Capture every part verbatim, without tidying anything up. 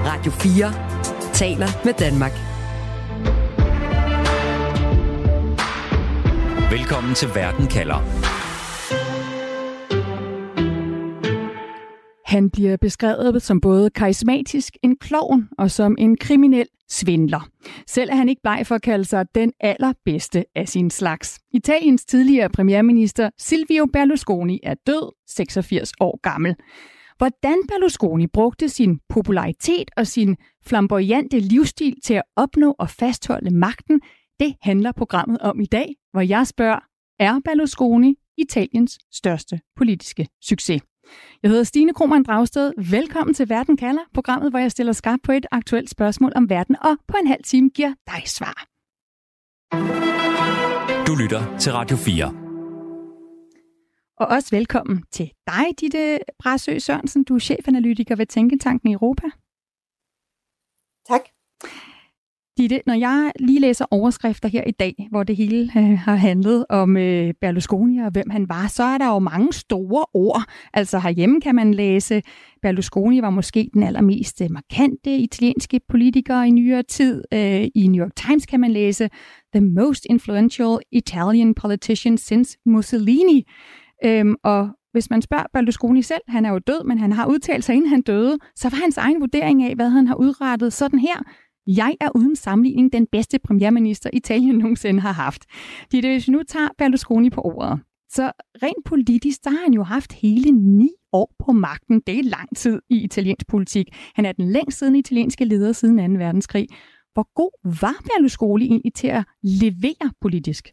Radio fire taler med Danmark. Velkommen til Verden kalder. Han bliver beskrevet som både karismatisk, en klovn og som en kriminel svindler. Selv er han ikke bleg for at kalde sig den allerbedste af sin slags. Italiens tidligere premierminister Silvio Berlusconi er død, seksogfirs år gammel. Hvordan Berlusconi brugte sin popularitet og sin flamboyante livsstil til at opnå og fastholde magten, det handler programmet om i dag, hvor jeg spørger, er Berlusconi Italiens største politiske succes? Jeg hedder Stine Krohmann Dragsted. Velkommen til Verden kalder, programmet, hvor jeg stiller skarpt på et aktuelt spørgsmål om verden, og på en halv time giver dig svar. Du lytter til Radio fire. Og også velkommen til dig, Ditte Brasø Sørensen. Du er chefanalytiker ved Tænketanken i Europa. Tak. Ditte, når jeg lige læser overskrifter her i dag, hvor det hele øh, har handlet om øh, Berlusconi og hvem han var, så er der jo mange store ord. Altså herhjemme kan man læse, Berlusconi var måske den allermest markante italienske politiker i nyere tid. Øh, I New York Times kan man læse, the most influential Italian politician since Mussolini. Øhm, og hvis man spørger Berlusconi selv, han er jo død, men han har udtalt sig, inden han døde, så var hans egen vurdering af, hvad han har udrettet sådan her. Jeg er uden sammenligning den bedste premierminister, Italien nogensinde har haft. Det er, hvis vi nu tager Berlusconi på ordet, så rent politisk, der har han jo haft hele ni år på magten. Det er lang tid i italiensk politik. Han er den længst siddende italienske leder siden anden verdenskrig. Hvor god var Berlusconi egentlig til at levere politisk?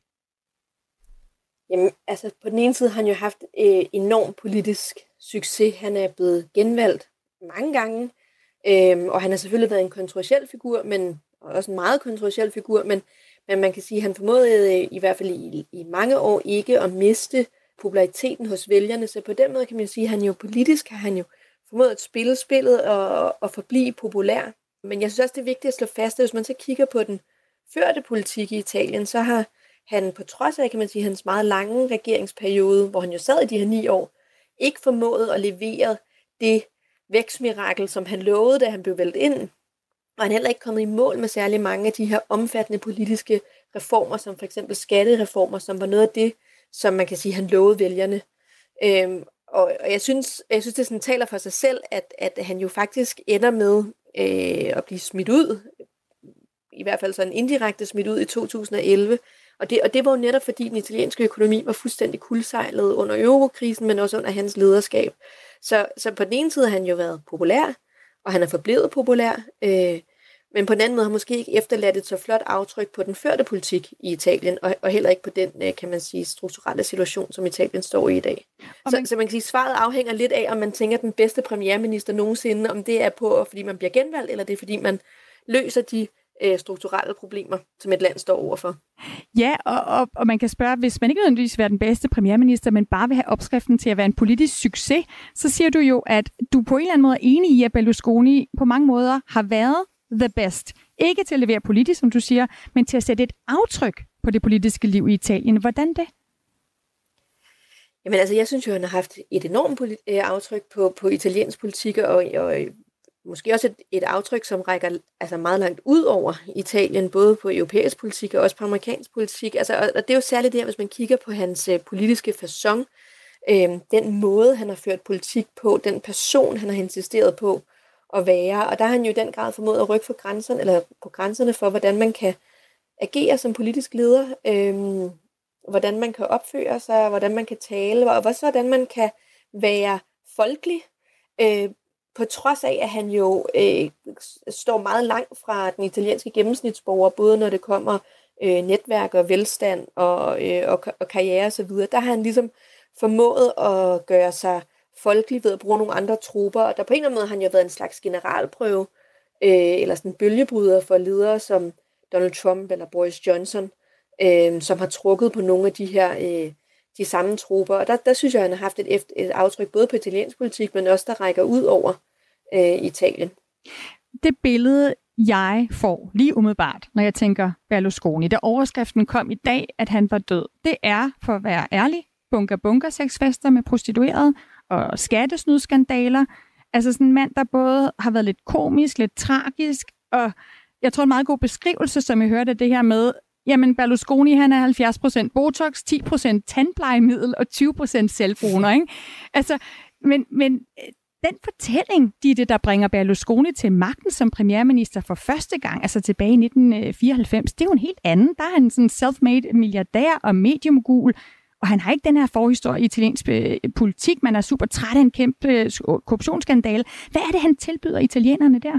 Jamen, altså på den ene side har han jo haft øh, enorm politisk succes. Han er blevet genvalgt mange gange. Øhm, og han har selvfølgelig været en kontroversiel figur, men også en meget kontroversiel figur, men, men man kan sige, at han formåede øh, i hvert fald i, i mange år ikke at miste populariteten hos vælgerne, så på den måde kan man sige, at han jo politisk har han jo formået at spille spillet og, og forblive populær. Men jeg synes også, det er vigtigt at slå fast, at hvis man så kigger på den førte politik i Italien, så har han på trods af, kan man sige, hans meget lange regeringsperiode, hvor han jo sad i de her ni år, ikke formået at levere det vækstmirakel, som han lovede, da han blev valgt ind. Og han er heller ikke kommet i mål med særlig mange af de her omfattende politiske reformer, som for eksempel skattereformer, som var noget af det, som man kan sige, han lovede vælgerne. Øhm, og, og jeg synes, jeg synes, det sådan taler for sig selv, at, at han jo faktisk ender med øh, at blive smidt ud, i hvert fald sådan indirekte smidt ud i to tusind og elleve. Og det, og det var jo netop, fordi den italienske økonomi var fuldstændig kuldsejlet under eurokrisen, men også under hans lederskab. Så, så på den ene side har han jo været populær, og han er forblevet populær, øh, men på den anden måde har han måske ikke efterladt et så flot aftryk på den førte politik i Italien, og, og heller ikke på den, øh, kan man sige, strukturelle situation, som Italien står i i dag. Så man... så man kan sige, svaret afhænger lidt af, om man tænker den bedste premierminister nogensinde, om det er på, fordi man bliver genvalgt, eller det er, fordi man løser de strukturelle problemer, som et land står overfor. Ja, og, og, og man kan spørge, hvis man ikke nødvendigvis vil være den bedste premierminister, men bare vil have opskriften til at være en politisk succes, så siger du jo, at du på en eller anden måde er enig i, at Berlusconi på mange måder har været the best. Ikke til at levere politisk, som du siger, men til at sætte et aftryk på det politiske liv i Italien. Hvordan det? Jamen altså, jeg synes jo, han har haft et enormt politi- aftryk på, på italiensk politik, og, og måske også et, et aftryk, som rækker altså meget langt ud over Italien, både på europæisk politik og også på amerikansk politik. Altså, og, og det er jo særligt det her, hvis man kigger på hans øh, politiske facon, øh, den måde, han har ført politik på, den person, han har insisteret på at være. Og der har han jo i den grad formået at rykke for grænserne, eller på grænserne for, hvordan man kan agere som politisk leder, øh, hvordan man kan opføre sig, hvordan man kan tale, og også hvordan man kan være folkelig, øh, på trods af, at han jo øh, står meget langt fra den italienske gennemsnitsborger, både når det kommer øh, netværk og velstand og, øh, og, og karriere osv., der har han ligesom formået at gøre sig folkelig ved at bruge nogle andre trupper, og der på en eller anden måde har han jo været en slags generalprøve, øh, eller sådan en bølgebryder for ledere som Donald Trump eller Boris Johnson, øh, som har trukket på nogle af de her øh, de samme trupper. Og der, der synes jeg, han har haft et, et aftryk både på italiensk politik, men også der rækker ud over øh, Italien. Det billede, jeg får lige umiddelbart, når jeg tænker Berlusconi, da overskriften kom i dag, at han var død, det er, for at være ærlig, bunker-bunker-sexfester med prostituerede og skattesnydskandaler. Altså sådan en mand, der både har været lidt komisk, lidt tragisk, og jeg tror en meget god beskrivelse, som jeg hørte af det her med, jamen Berlusconi, han er halvfjerds procent Botox, ti procent tandplejemiddel og tyve procent selvbruner, ikke? Altså, men, men den fortælling, Ditte, der bringer Berlusconi til magten som premierminister for første gang, altså tilbage i nitten fireoghalvfems, det er jo en helt anden. Der er han sådan self-made milliardær og mediemogul, og han har ikke den her forhistorie i italiensk politik. Man er super træt af en kæmpe korruptionsskandale. Hvad er det, han tilbyder italienerne der?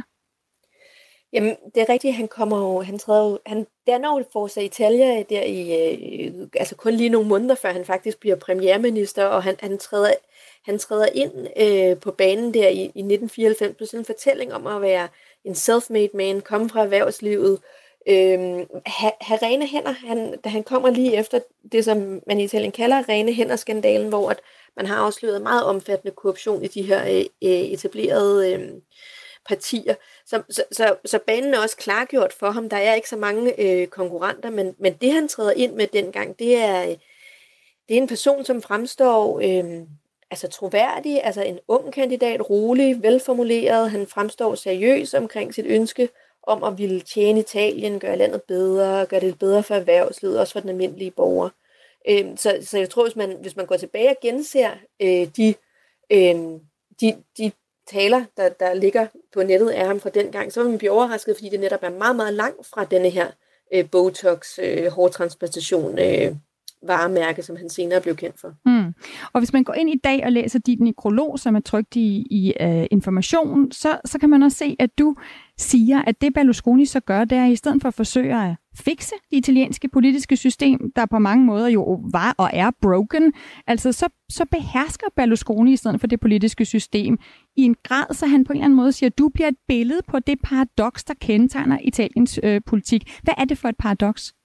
Jamen, det er rigtigt, han kommer jo, han træder jo, han danner jo for sig Italia der i, øh, altså kun lige nogle måneder, før han faktisk bliver premierminister, og han, han træder, han træder ind øh, på banen der i, i nitten fireoghalvfems på sådan en fortælling om at være en self-made man, komme fra erhvervslivet, øh, have, have rene hænder. Han, da han kommer lige efter det, som man i Italien kalder rene hænder-skandalen, hvor at man har afsløret meget omfattende korruption i de her øh, etablerede øh, partier. Så, så, så, så banen er også klargjort for ham. Der er ikke så mange øh, konkurrenter, men, men det han træder ind med dengang, det er, det er en person, som fremstår øh, altså troværdig, altså en ung kandidat, rolig, velformuleret. Han fremstår seriøs omkring sit ønske om at ville tjene Italien, gøre landet bedre, gøre det bedre for erhvervslivet, også for den almindelige borger. Øh, så, så jeg tror, hvis man, hvis man går tilbage og genser øh, de, øh, de, de taler, der, der ligger på nettet af ham fra den gang, så vil man blive overrasket, fordi det netop er meget, meget langt fra denne her øh, Botox, øh, hårtransplantation, øh, varemærke, som han senere blev kendt for. Mm. Og hvis man går ind i dag og læser din nekrolog, som er trykt i, i uh, Information, så, så kan man også se, at du siger, at det Berlusconi så gør, det er i stedet for at forsøge at fikse det italienske politiske system, der på mange måder jo var og er broken, altså så, så behersker Berlusconi i stedet for det politiske system i en grad, så han på en eller anden måde siger, at du bliver et billede på det paradoks, der kendetegner Italiens øh, politik. Hvad er det for et paradoks?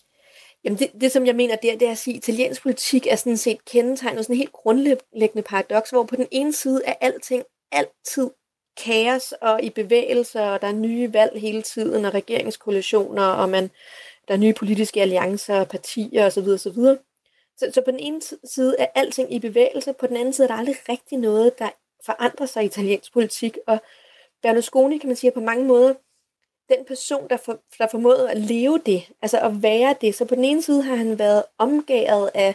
Jamen det, det, som jeg mener, det er, det er at sige, at italiensk politik er sådan set kendetegnet sådan en helt grundlæggende paradoks, hvor på den ene side er alting altid kaos og i bevægelser, og der er nye valg hele tiden, og regeringskoalitioner, og man, der er nye politiske alliancer, partier osv. osv. Så, så på den ene side er alting i bevægelse, på den anden side er der aldrig rigtig noget, der forandrer sig i italiensk politik, og Berlusconi, kan man sige, på mange måder den person, der, for, der formåede at leve det, altså at være det. Så på den ene side har han været omgået af,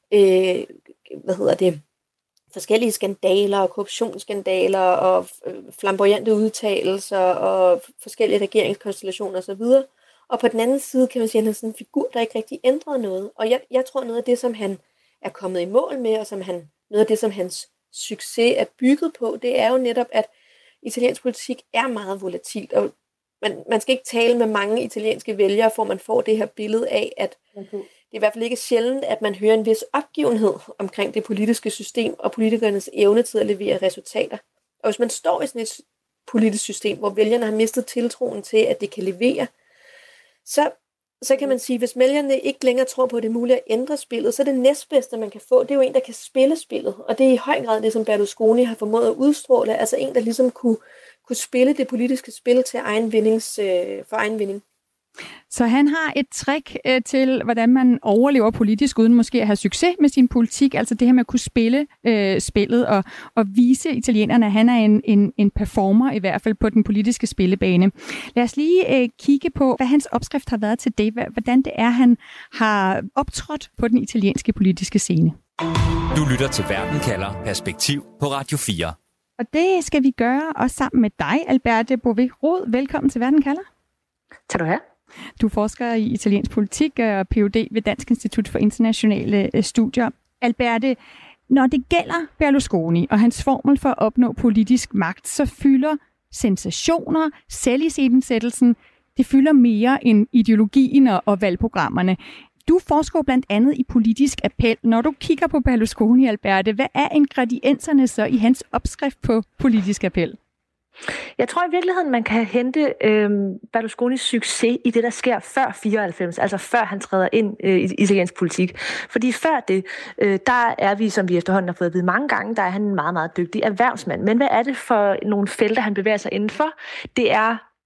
øh, hvad hedder det, forskellige skandaler og korruptionsskandaler og flamboyante udtalelser og forskellige regeringskonstellationer osv. Og på den anden side kan man sige, at han er sådan en figur, der ikke rigtig ændrede noget. Og jeg, jeg tror, noget af det, som han er kommet i mål med, og som han, noget af det, som hans succes er bygget på, det er jo netop, at italiensk politik er meget volatilt, og man, man skal ikke tale med mange italienske vælgere, for man får det her billede af, at det er i hvert fald ikke sjældent, at man hører en vis opgivenhed omkring det politiske system og politikernes evne til at levere resultater. Og hvis man står i sådan et politisk system, hvor vælgerne har mistet tiltroen til, at det kan levere, så, så kan man sige, at hvis vælgerne ikke længere tror på, at det er muligt at ændre spillet, så er det næstbedste, man kan få, det er jo en, der kan spille spillet. Og det er i høj grad det, som Berlusconi har formået at udstråle, altså en, der ligesom kunne kunne spille det politiske spil til egen vindings, øh, for egen vinding. Så han har et trick øh, til, hvordan man overlever politisk, uden måske at have succes med sin politik, altså det her med at kunne spille øh, spillet og, og vise italienerne, at han er en, en, en performer i hvert fald på den politiske spillebane. Lad os lige øh, kigge på, hvad hans opskrift har været til det, hvordan det er, han har optrådt på den italienske politiske scene. Du lytter til Verden kalder Perspektiv på Radio fire. Og det skal vi gøre også sammen med dig, Alberte Bové-Rod. Velkommen til Verden kalder. Tak du have. Du forsker i italiensk politik og P H D ved Dansk Institut for Internationale Studier. Alberte, når det gælder Berlusconi og hans formel for at opnå politisk magt, så fylder sensationer, selviscenesættelsen, det fylder mere end ideologien og valgprogrammerne. Du forsker blandt andet i politisk appel. Når du kigger på Berlusconi, Alberte, hvad er ingredienserne så i hans opskrift på politisk appel? Jeg tror i virkeligheden, man kan hente øh, Berlusconis succes i det, der sker før fireoghalvfems, altså før han træder ind øh, i italiensk politik. Fordi før det, øh, der er vi, som vi efterhånden har fået at vide mange gange, der er han en meget, meget dygtig erhvervsmand. Men hvad er det for nogle felter, han bevæger sig indenfor? Det er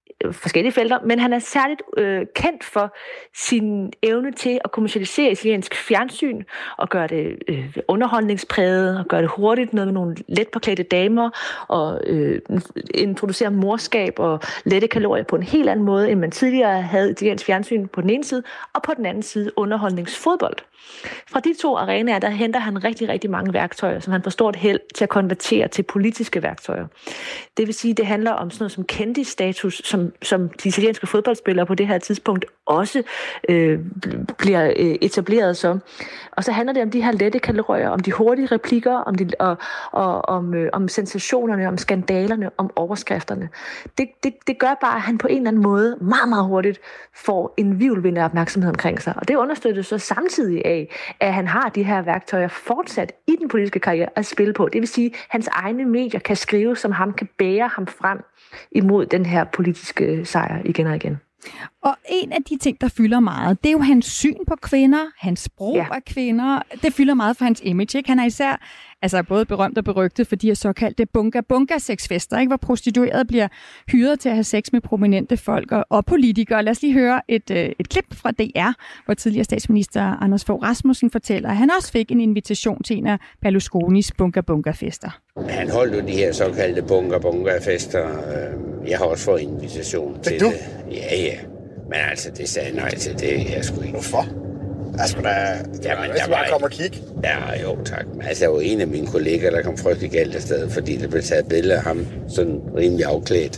forskellige felter, men han er særligt øh, kendt for sin evne til at kommercialisere italiensk fjernsyn og gøre det øh, underholdningspræget og gøre det hurtigt, noget med nogle let påklædte damer og øh, introducere morskab og lette kalorier på en helt anden måde, end man tidligere havde italiensk fjernsyn på den ene side, og på den anden side underholdningsfodbold. Fra de to arenaer, der henter han rigtig, rigtig mange værktøjer, som han får stort held til at konvertere til politiske værktøjer. Det vil sige, det handler om sådan noget som kendisstatus, som, som de italienske fodboldspillere på det her tidspunkt også øh, bliver øh, etableret som. Og så handler det om de her lette kalorier, om de hurtige replikker, om, de, og, og, om, øh, om sensationerne, om skandalerne, om overskrifterne. Det, det, det gør bare, at han på en eller anden måde meget, meget hurtigt får en hvirvelvind af opmærksomhed omkring sig. Og det understøtter så samtidig af, at han har de her værktøjer fortsat i den politiske karriere at spille på. Det vil sige, at hans egne medier kan skrive, som ham kan bære ham frem imod den her politiske sejr igen og igen. Og en af de ting, der fylder meget, det er jo hans syn på kvinder, hans brug ja. af kvinder. Det fylder meget for hans image, ikke? Han er især altså både berømt og berygtet for de her såkaldte bunga-bunga-sexfester, ikke? Hvor prostituerede bliver hyret til at have sex med prominente folk og, og politikere. Lad os lige høre et, øh, et klip fra D R, hvor tidligere statsminister Anders Fogh Rasmussen fortæller, at han også fik en invitation til en af Berlusconis bunga-bunga-fester. Han holdt jo de her såkaldte bunga-bunga-fester. Jeg har også fået invitation til du? det. Ja, ja. Men altså, det sagde nej til det. Jeg skulle ikke. Hvorfor? Altså, der, der, Jamen, der, der var komme og kigge. Ja, jo, tak. Men altså, der var en af mine kolleger, der kom frygtelig galt afsted, fordi der blev taget billeder af ham sådan rimelig afklædt.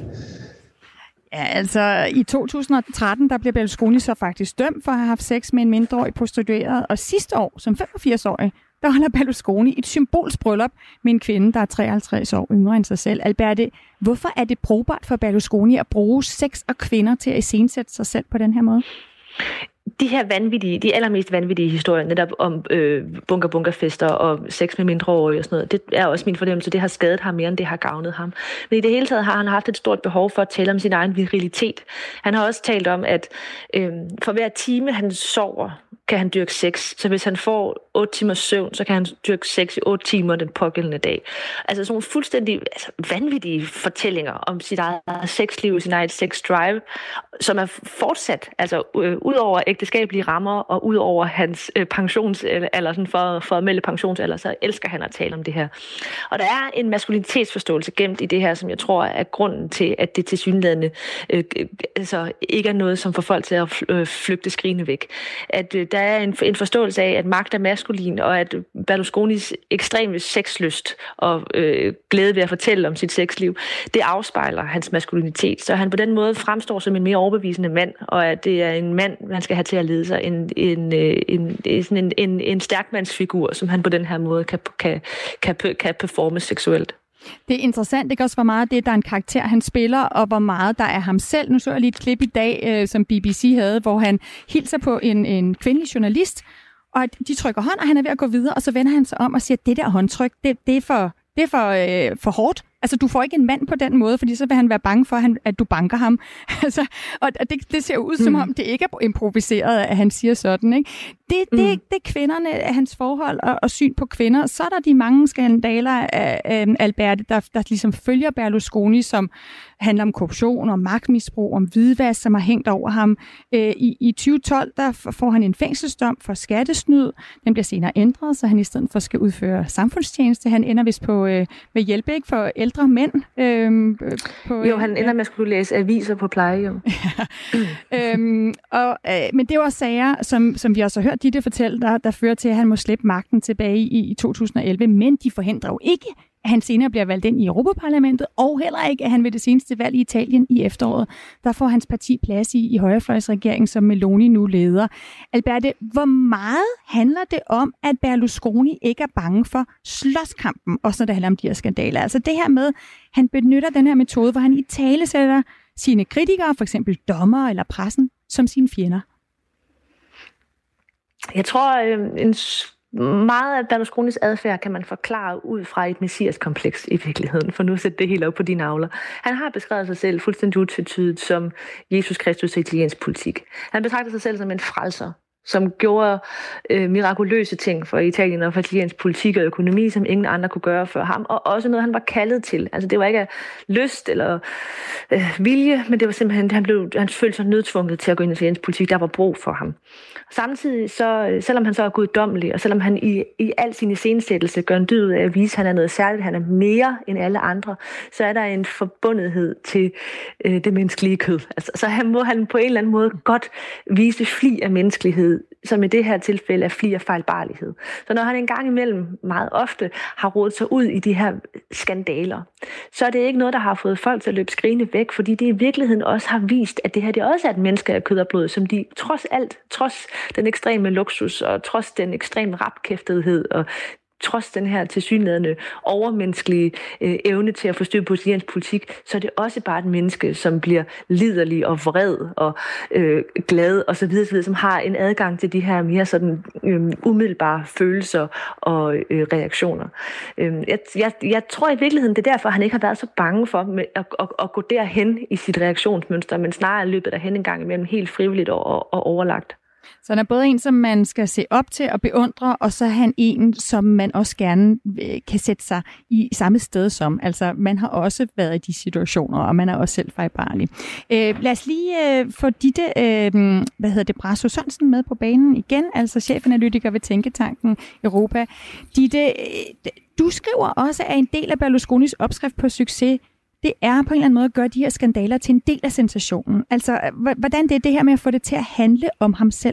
Ja, altså i to tusind og tretten, der blev Berlusconi så faktisk dømt for at have haft sex med en mindreårig prostitueret, og sidste år, som femogfirs-årig, der holder Berlusconi et symbolsk bryllup med en kvinde, der er treoghalvtreds år yngre end sig selv. Alberte, hvorfor er det brugbart for Berlusconi at bruge sex og kvinder til at iscenesætte sig selv på den her måde? De her vanvittige, de allermest vanvittige historier, netop om øh, bunker-bunker-fester og sex med mindreårige og sådan noget, det er også min fornemmelse, det har skadet ham mere, end det har gavnet ham. Men i det hele taget har han haft et stort behov for at tale om sin egen virilitet. Han har også talt om, at øh, for hver time, han sover, kan han dyrke sex. Så hvis han får otte timers søvn, så kan han dyrke sex i otte timer den pågældende dag. Altså sådan nogle fuldstændig altså, vanvittige fortællinger om sit eget sexliv, sin eget sex drive, som er fortsat, altså øh, ud over ægteskabelige rammer og ud over hans øh, pensions, eller, eller sådan for, for at melde pensionsalder, så elsker han at tale om det her. Og der er en maskulinitetsforståelse gemt i det her, som jeg tror er grunden til, at det tilsyneladende øh, altså, ikke er noget, som får folk til at flygte skrigende væk. At øh, der er en, en forståelse af, at magt er maskulin, og at Berlusconis ekstreme sexlyst og øh, glæde ved at fortælle om sit sexliv, det afspejler hans maskulinitet. Så han på den måde fremstår som en mere overbevisende mand, og at det er en mand, man skal have til at lede sig, en, en, en, en, en, en, en stærkmandsfigur, som han på den her måde kan, kan, kan, kan performe seksuelt. Det er interessant, ikke også, hvor meget det, der er en karakter, han spiller, og hvor meget der er ham selv. Nu så jeg lige et klip i dag, øh, som B B C havde, hvor han hilser på en, en kvindelig journalist, og de trykker hånd, og han er ved at gå videre, og så vender han sig om og siger, at det der håndtryk, det, det er for, det er for, øh, for hårdt. Altså, du får ikke en mand på den måde, fordi så vil han være bange for, at du banker ham. Altså, og det, det ser ud, som om det ikke er improviseret, at han siger sådan, ikke? Det, det, det, det er kvinderne, hans forhold og, og syn på kvinder. Så er der de mange skandaler af, af Alberte, der, der ligesom følger Berlusconi, som handler om korruption og magtmisbrug, om hvidvask, som har hængt over ham. Øh, i, I tyve tolv, der får han en fængselsdom for skattesnyd. Den bliver senere ændret, så han i stedet for skal udføre samfundstjeneste. Han ender vist på øh, med hjælp, ikke, for ældre mænd. Øhm, på, jo, han ender med at skulle læse aviser på plejehjem. ja. øhm, og, øh, men det var sager, som, som vi også har hørt Ditte fortælle, der, der fører til, at han må slippe magten tilbage i, i to tusind og elleve, men de forhindrer jo ikke, at han senere bliver valgt ind i Europaparlamentet, og heller ikke, at han ved det seneste valg i Italien i efteråret, der får hans parti plads i, i højrefløjsregeringen, som Meloni nu leder. Alberte, hvor meget handler det om, at Berlusconi ikke er bange for slåskampen, også når det handler om de her skandaler? Altså det her med, han benytter den her metode, hvor han i tale sætter sine kritikere, for eksempel dommer eller pressen, som sine fjender. Jeg tror, en meget af Berlusconis adfærd kan man forklare ud fra et messiaskompleks i virkeligheden, for nu at sætte det helt op på de navler. Han har beskrevet sig selv fuldstændig utvetydigt som Jesus Kristus i italiensk politik. Han betragter sig selv som en frelser, som gjorde øh, mirakuløse ting for Italien og for italiensk politik og økonomi, som ingen andre kunne gøre før ham, og også noget, han var kaldet til. Altså det var ikke lyst eller øh, vilje, men det var simpelthen, han, blev, han følte sig nødtvunget til at gå ind i italiensk politik, der var brug for ham. Samtidig, så, selvom han så er guddommelig, og selvom han i, i al sin iscenesættelse gør en dyd ud af at vise, at han er noget særligt, han er mere end alle andre, så er der en forbundethed til øh, det menneskelige kød. Altså, så han må han på en eller anden måde godt vise fli af menneskelighed, som i det her tilfælde er fli af fejlbarlighed. Så når han en gang imellem meget ofte har rodet sig ud i de her skandaler, så er det ikke noget, der har fået folk til at løbe skrigende væk, fordi det i virkeligheden også har vist, at det her det også er et menneske af kød og blod, som de trods alt, trods den ekstreme luksus og trods den ekstreme rapkæftethed og trods den her tilsyneladende overmenneskelige øh, evne til at få styr på italiensk politik, så er det også bare et menneske, som bliver liderlig og vred og øh, glad og så videre, så videre, som har en adgang til de her mere sådan øh, umiddelbare følelser og øh, reaktioner. Øh, jeg, jeg, jeg tror i virkeligheden, det er derfor, han ikke har været så bange for med at, at, at gå derhen i sit reaktionsmønster, men snarere løbet derhen en gang imellem helt frivilligt og, og, og overlagt. Så han er både en, som man skal se op til og beundre, og så er han en, som man også gerne kan sætte sig i samme sted som. Altså, man har også været i de situationer, og man er også selv fejlbarlig. Øh, lad os lige øh, få Ditte, øh, hvad hedder det, Brasso Sørensen med på banen igen, altså chefanalytiker ved Tænketanken Europa. Ditte, øh, du skriver også, at en del af Berlusconis opskrift på succes, det er på en eller anden måde at gøre de her skandaler til en del af sensationen. Altså, hvordan det er det her med at få det til at handle om ham selv?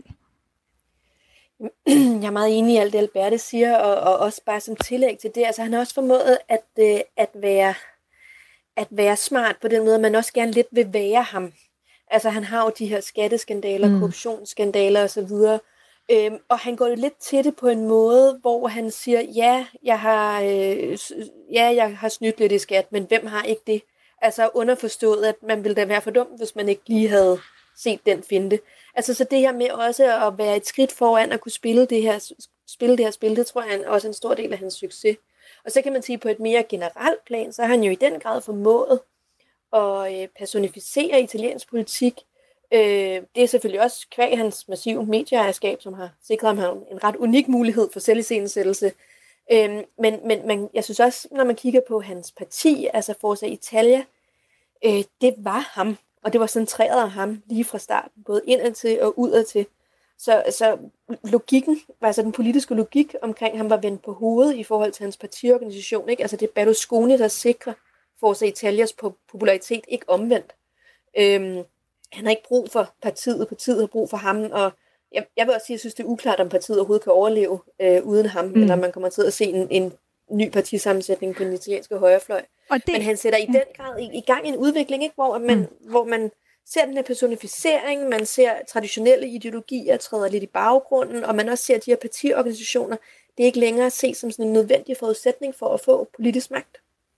Jeg er meget enig i alt det, Alberte siger, og, og også bare som tillæg til det. Altså, han har også formået at, at, være, at være smart på den måde, at man også gerne lidt vil være ham. Altså, han har jo de her skatteskandaler, mm. korruptionsskandaler osv., Øhm, og han går lidt til det på en måde, hvor han siger, ja, jeg har, øh, ja, jeg har snydt lidt i skat, men hvem har ikke det? Altså underforstået, at man ville da være for dum, hvis man ikke lige havde set den finte. Altså så det her med også at være et skridt foran og kunne spille det her, spille det her spil, det tror jeg er også en stor del af hans succes. Og så kan man sige, på et mere generelt plan, så har han jo i den grad formået at personificere italiensk politik. Det er selvfølgelig også kvæg hans massive medieejerskab, som har sikret ham en ret unik mulighed for selviscenesættelse. Men, men, men jeg synes også, når man kigger på hans parti, altså Forza Italia, det var ham, og det var centreret af ham lige fra starten, både indadtil og udadtil. Så, så logikken, altså den politiske logik omkring ham var vendt på hovedet i forhold til hans partiorganisation. Ikke? Altså det er Berlusconi, der sikrer Forza Italias popularitet, ikke omvendt. Øhm, han har ikke brug for partiet, partiet har brug for ham, og jeg, jeg vil også sige, at jeg synes, det er uklart, om partiet overhovedet kan overleve øh, uden ham, mm. eller om man kommer til at se en, en ny partisammensætning på den italienske højrefløj. Og det... Men han sætter i den grad i, i gang en udvikling, ikke? Hvor, man, mm. hvor man ser den her personificering, man ser traditionelle ideologier træder lidt i baggrunden, og man også ser de her partiorganisationer. Det er ikke længere set som sådan en nødvendig forudsætning for at få politisk magt.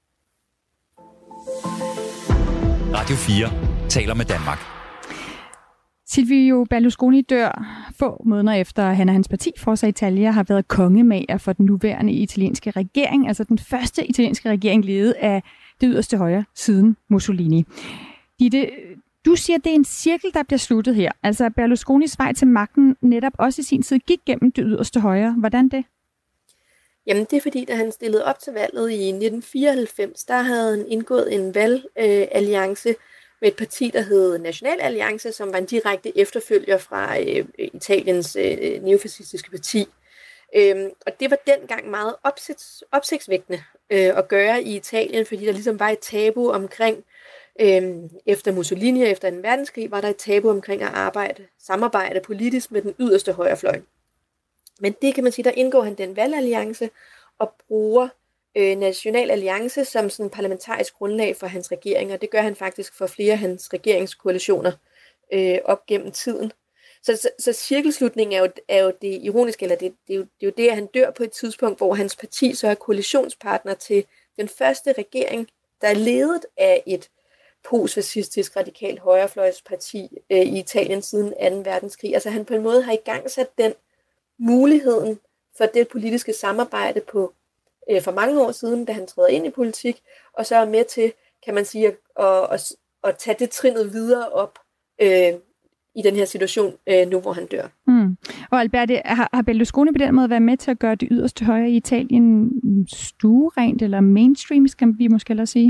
Radio fire taler med Danmark. Silvio Berlusconi dør få måneder efter, at han og hans parti, Forza Italia, har været kongemager for den nuværende italienske regering, altså den første italienske regering ledet af det yderste højre siden Mussolini. Ditte, du siger, at det er en cirkel, der bliver sluttet her. Altså Berlusconis vej til magten netop også i sin tid gik gennem det yderste højre. Hvordan det? Jamen det er fordi, da han stillede op til valget i nitten fireoghalvfems, der havde han indgået en valgalliance med et parti, der hed National Alliance, som var en direkte efterfølger fra øh, Italiens øh, neofascistiske parti. Øhm, og det var dengang meget opsigt, opsigtsvækkende øh, at gøre i Italien, fordi der ligesom var et tabu omkring, øh, efter Mussolini og efter anden verdenskrig, var der et tabu omkring at arbejde, samarbejde politisk med den yderste højrefløj. Men det kan man sige, der indgår han den valgalliance og bruger øh, National Alliance som sådan parlamentarisk grundlag for hans regering, og det gør han faktisk for flere af hans regeringskoalitioner øh, op gennem tiden. Så, så, så cirkelslutningen er jo, er jo det ironiske, eller det, det, er jo, det er jo det, at han dør på et tidspunkt, hvor hans parti så er koalitionspartner til den første regering, der er ledet af et postfascistisk radikalt højrefløjsparti øh, i Italien siden anden verdenskrig. Altså han på en måde har igangsat den muligheden for det politiske samarbejde på øh, for mange år siden, da han træder ind i politik, og så er med til, kan man sige, at, at, at, at tage det trinnet videre op øh, i den her situation, øh, nu hvor han dør. Mm. Og Alberte, har, har Berlusconi på den måde været med til at gøre det yderste højre i Italien stuerent eller mainstream, skal vi måske ellers sige?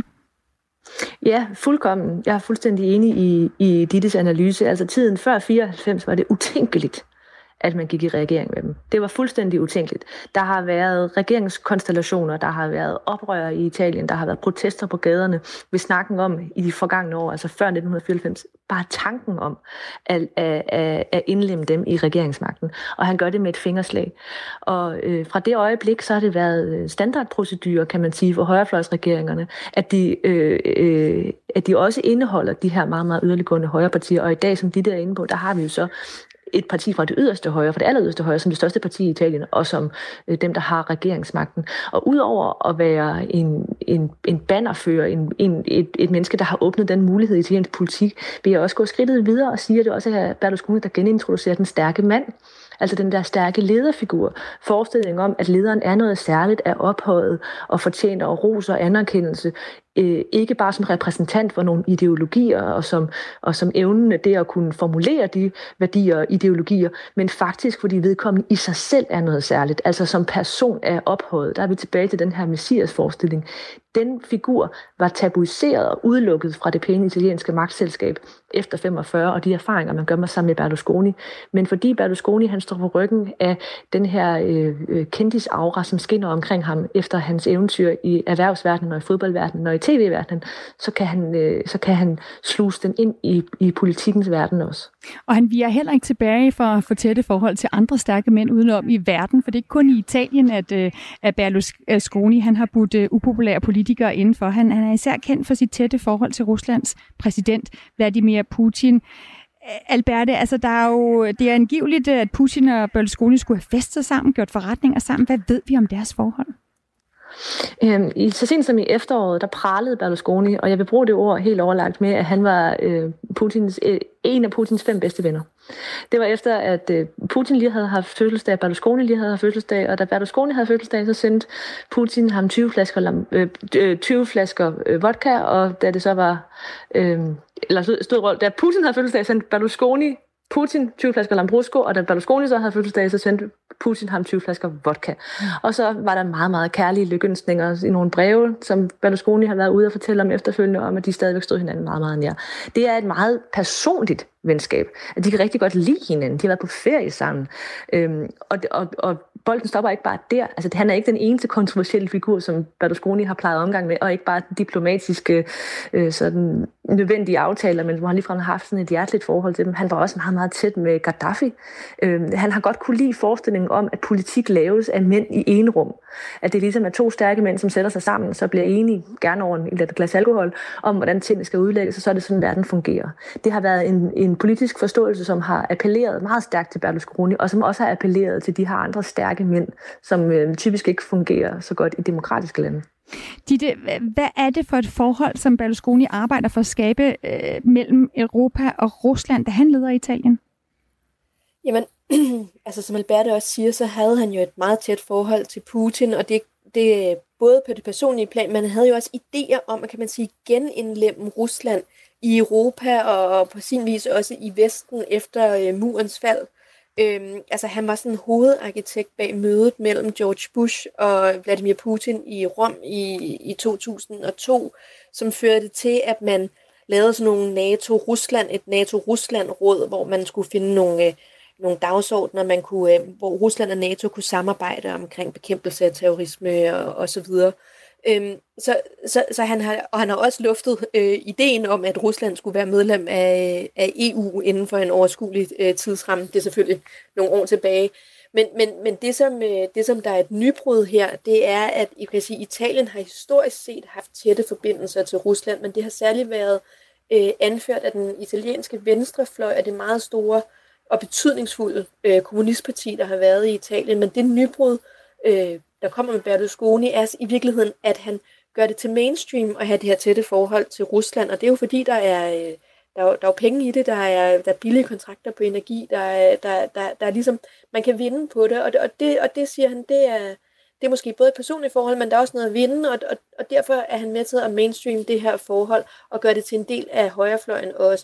Ja, fuldkommen. Jeg er fuldstændig enig i, i Dittes analyse. Altså tiden før fireoghalvfems var det utænkeligt, at man gik i regering med dem. Det var fuldstændig utænkeligt. Der har været regeringskonstellationer, der har været oprør i Italien, der har været protester på gaderne. Vi snakken om i de forgangne år, altså før nitten fireoghalvfems, bare tanken om at, at, at indlemme dem i regeringsmagten. Og han gør det med et fingerslag. Og øh, fra det øjeblik, så har det været standardprocedurer, kan man sige, for højrefløjsregeringerne, at de, øh, øh, at de også indeholder de her meget, meget yderliggående højrepartier. Og i dag, som de der er inde på, der har vi jo så et parti fra det yderste højre, fra det aller yderste højre, som det største parti i Italien, og som øh, dem, der har regeringsmagten. Og udover at være en, en, en bannerfører, en, en, et, et menneske, der har åbnet den mulighed i italiensk politik, vil jeg også gå skridtet videre og sige, at det også er Berlusconi, der genintroducerer den stærke mand. Altså den der stærke lederfigur. Forestillingen om, at lederen er noget særligt, er ophøjet og fortjener ros og anerkendelse. Øh, ikke bare som repræsentant for nogle ideologier og som, og som evnende det at kunne formulere de værdier og ideologier, men faktisk fordi vedkommende i sig selv er noget særligt. Altså som person er ophøjet. Der er vi tilbage til den her messias-forestilling. Den figur var tabuiseret og udelukket fra det pæne italienske magtselskab efter femogfyrre, og de erfaringer, man gør med sammen med Berlusconi. Men fordi Berlusconi, han står på ryggen af den her øh, kendisaura, som skinner omkring ham efter hans eventyr i erhvervsverdenen og i fodboldverdenen og i tv-verdenen, så kan han, øh, så kan han sluse den ind i, i politikkens verden også. Og han viger heller ikke tilbage for at få tætte forhold til andre stærke mænd udenom i verden, for det er ikke kun i Italien, at, at Berlusconi han har budt uh, upopulære politikere indenfor. Han, han er især kendt for sit tætte forhold til Ruslands præsident Vladimir Putin. Alberte, altså der er jo, det er angiveligt, at Putin og Berlusconi skulle have festet sammen, gjort forretninger sammen. Hvad ved vi om deres forhold? Øhm, i, så sent som i efteråret, der pralede Berlusconi, og jeg vil bruge det ord helt overlagt med, at han var øh, Putins, øh, en af Putins fem bedste venner. Det var efter, at øh, Putin lige havde haft fødselsdag, Berlusconi lige havde haft fødselsdag, og da Berlusconi havde fødselsdag, så sendte Putin ham tyve flasker, øh, tyve flasker øh, vodka, og da det så var, øh, eller stod, da Putin havde fødselsdag, sendte Berlusconi Putin tyve flasker Lambrusco, og da Berlusconi så havde fødselsdag, så sendte Putin ham tyve flasker vodka. Og så var der meget, meget kærlige lykønskninger i nogle breve, som Berlusconi har været ude og fortælle om efterfølgende, om at de stadigvæk stod hinanden meget, meget nær. Det er et meget personligt venskab, at de kan rigtig godt lide hinanden. De har været på ferie sammen. Øhm, og, og, og bolden stopper ikke bare der. Altså, han er ikke den eneste kontroversielle figur, som Berlusconi har plejet omgang med, og ikke bare diplomatiske, øh, sådan nødvendige aftaler, men hvor han ligefrem har haft sådan et hjerteligt forhold til dem. Han var også meget, meget tæt med Gaddafi. Øhm, han har godt kunne lide forestillingen om, at politik laves af mænd i enrum. At det ligesom er to stærke mænd, som sætter sig sammen, så bliver enige, gerne over en et glas alkohol, om hvordan tingene skal udlægges, og så er det sådan, verden fungerer. Det har været en, en politisk forståelse, som har appelleret meget stærkt til Berlusconi, og som også har appelleret til de her andre stærke mænd, som øh, typisk ikke fungerer så godt i demokratiske lande. Ditte, hvad er det for et forhold, som Berlusconi arbejder for at skabe øh, mellem Europa og Rusland, da han leder Italien? Jamen, altså som Alberte også siger, så havde han jo et meget tæt forhold til Putin, og det, det både på det personlige plan, men han havde jo også idéer om, at kan man sige, genindlemme Rusland i Europa og på sin vis også i Vesten efter øh, murens fald. Øhm, altså han var sådan hovedarkitekt bag mødet mellem George Bush og Vladimir Putin i Rom i, i to tusind og to, som førte til, at man lavede sådan nogle NATO-Rusland, et NATO-Rusland-råd, hvor man skulle finde nogle, øh, nogle dagsordner, man kunne, øh, hvor Rusland og NATO kunne samarbejde omkring bekæmpelse af terrorisme og, og så videre. Øhm, så, så, så han har, og han har også luftet øh, ideen om, at Rusland skulle være medlem af, af E U inden for en overskuelig øh, tidsramme. Det er selvfølgelig nogle år tilbage. Men, men, men det, som, øh, det, som der er et nybrud her, det er, at I kan sige, Italien har historisk set haft tætte forbindelser til Rusland, men det har særligt været øh, anført af den italienske venstrefløj af det meget store og betydningsfulde øh, kommunistparti, der har været i Italien. Men det nybrud, øh, der kommer med Berlusconi, er i virkeligheden, at han gør det til mainstream at have det her tætte forhold til Rusland. Og det er jo fordi, der er, der er, der er penge i det, der er, der er billige kontrakter på energi, der er, der, der, der er ligesom, man kan vinde på det. Og det, og det, og det siger han, det er, det er måske både et personligt forhold, men der er også noget at vinde, og, og, og derfor er han med til at mainstream det her forhold og gøre det til en del af højrefløjen også.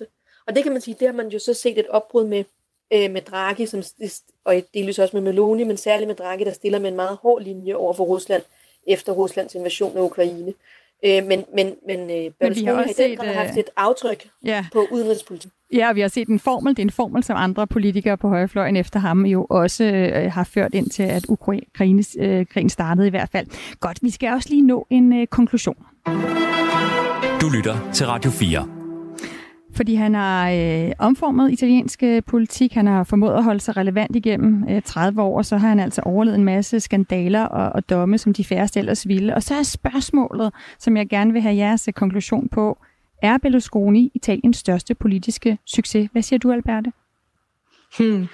Og det kan man sige, det har man jo så set et opbrud med, øh, med Draghi, som, og delvis også med Meloni, men særligt med Draghi, der stiller med en meget hård linje over for Rusland, efter Ruslands invasion af Ukraine. Øh, men men, men øh, Berlusconi har i den grad haft et aftryk ja. på udenrigspolitik. Ja, vi har set en formel. Det er en formel, som andre politikere på højrefløjen efter ham jo også øh, har ført ind til, at Ukraine, øh, krigen startede i hvert fald. Godt, vi skal også lige nå en øh, konklusion. Du lytter til Radio fire. Fordi han har øh, omformet italiensk politik, han har formået at holde sig relevant igennem øh, tredive år, og så har han altså overlevet en masse skandaler og, og domme, som de færreste ellers ville. Og så er spørgsmålet, som jeg gerne vil have jeres konklusion på, er Berlusconi Italiens største politiske succes? Hvad siger du, Alberte? Hmm.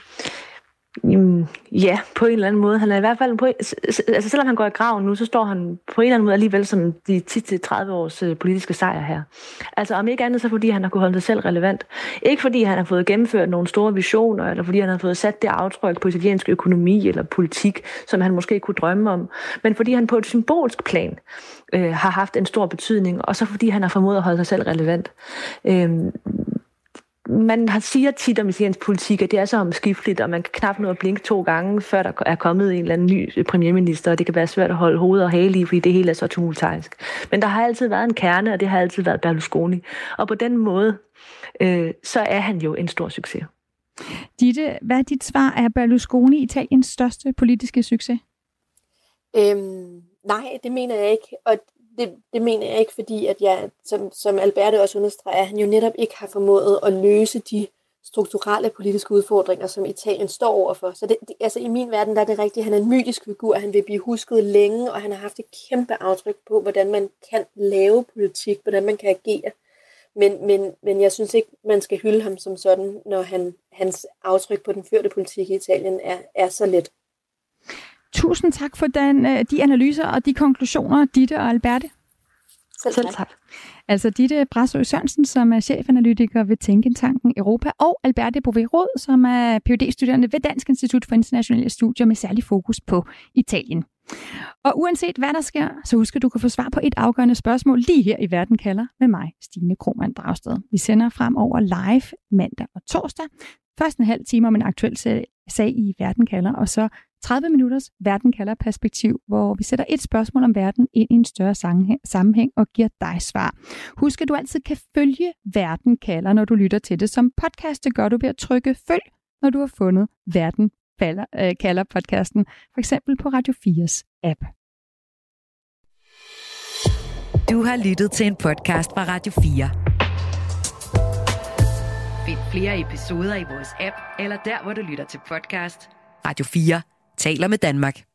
Ja, på en eller anden måde. Han er i hvert fald på, altså selvom han går i graven nu, så står han på en eller anden måde alligevel som de ti til tredive års politiske sejr her. Altså om ikke andet, så fordi han har kunnet holde sig selv relevant. Ikke fordi han har fået gennemført nogle store visioner, eller fordi han har fået sat det aftryk på italiensk økonomi eller politik, som han måske kunne drømme om, men fordi han på et symbolsk plan øh, har haft en stor betydning, og så fordi han har formået at holde sig selv relevant. Øh, Man siger tit om italiensk politik, at det er så omskifteligt, og man kan knap nå at blinke to gange, før der er kommet en eller anden ny premierminister, og det kan være svært at holde hoved og hale i, fordi det hele er så tumultarisk. Men der har altid været en kerne, og det har altid været Berlusconi. Og på den måde, øh, så er han jo en stor succes. Ditte, hvad er dit svar? Er Berlusconi Italiens største politiske succes? Øhm, nej, det mener jeg ikke, og Det, det mener jeg ikke, fordi at jeg, som, som Alberte også understreger, han jo netop ikke har formået at løse de strukturelle politiske udfordringer, som Italien står overfor. Så det, det, altså i min verden der er det rigtigt, han er en mytisk figur, han vil blive husket længe, og han har haft et kæmpe aftryk på, hvordan man kan lave politik, hvordan man kan agere. Men, men, men jeg synes ikke, man skal hylde ham som sådan, når han, hans aftryk på den førte politik i Italien er, er så let. Tusind tak for den, de analyser og de konklusioner, Ditte og Alberte. Selv tak. Selv tak. Altså Ditte Brasø Sørensen, som er chefanalytiker ved Tænketanken Europa, og Alberte Bové-Rod, som er P H D-studerende ved Dansk Institut for Internationale Studier med særlig fokus på Italien. Og uanset hvad der sker, så husk at du kan få svar på et afgørende spørgsmål lige her i Verden kalder med mig, Stine Krohmann Dragsted. Vi sender fremover live mandag og torsdag. Først en halv time om en aktuel sag i Verden kalder, og så tredive minutters Verden kalder perspektiv, hvor vi sætter et spørgsmål om verden ind i en større sammenhæng og giver dig svar. Husk, at du altid kan følge Verden kalder, når du lytter til det. Som podcast, det gør du ved at trykke følg, når du har fundet Verden kalder podcasten, for eksempel på Radio fires app. Du har lyttet til en podcast fra Radio fire. Find flere episoder i vores app, eller der, hvor du lytter til podcast. Radio fire taler med Danmark.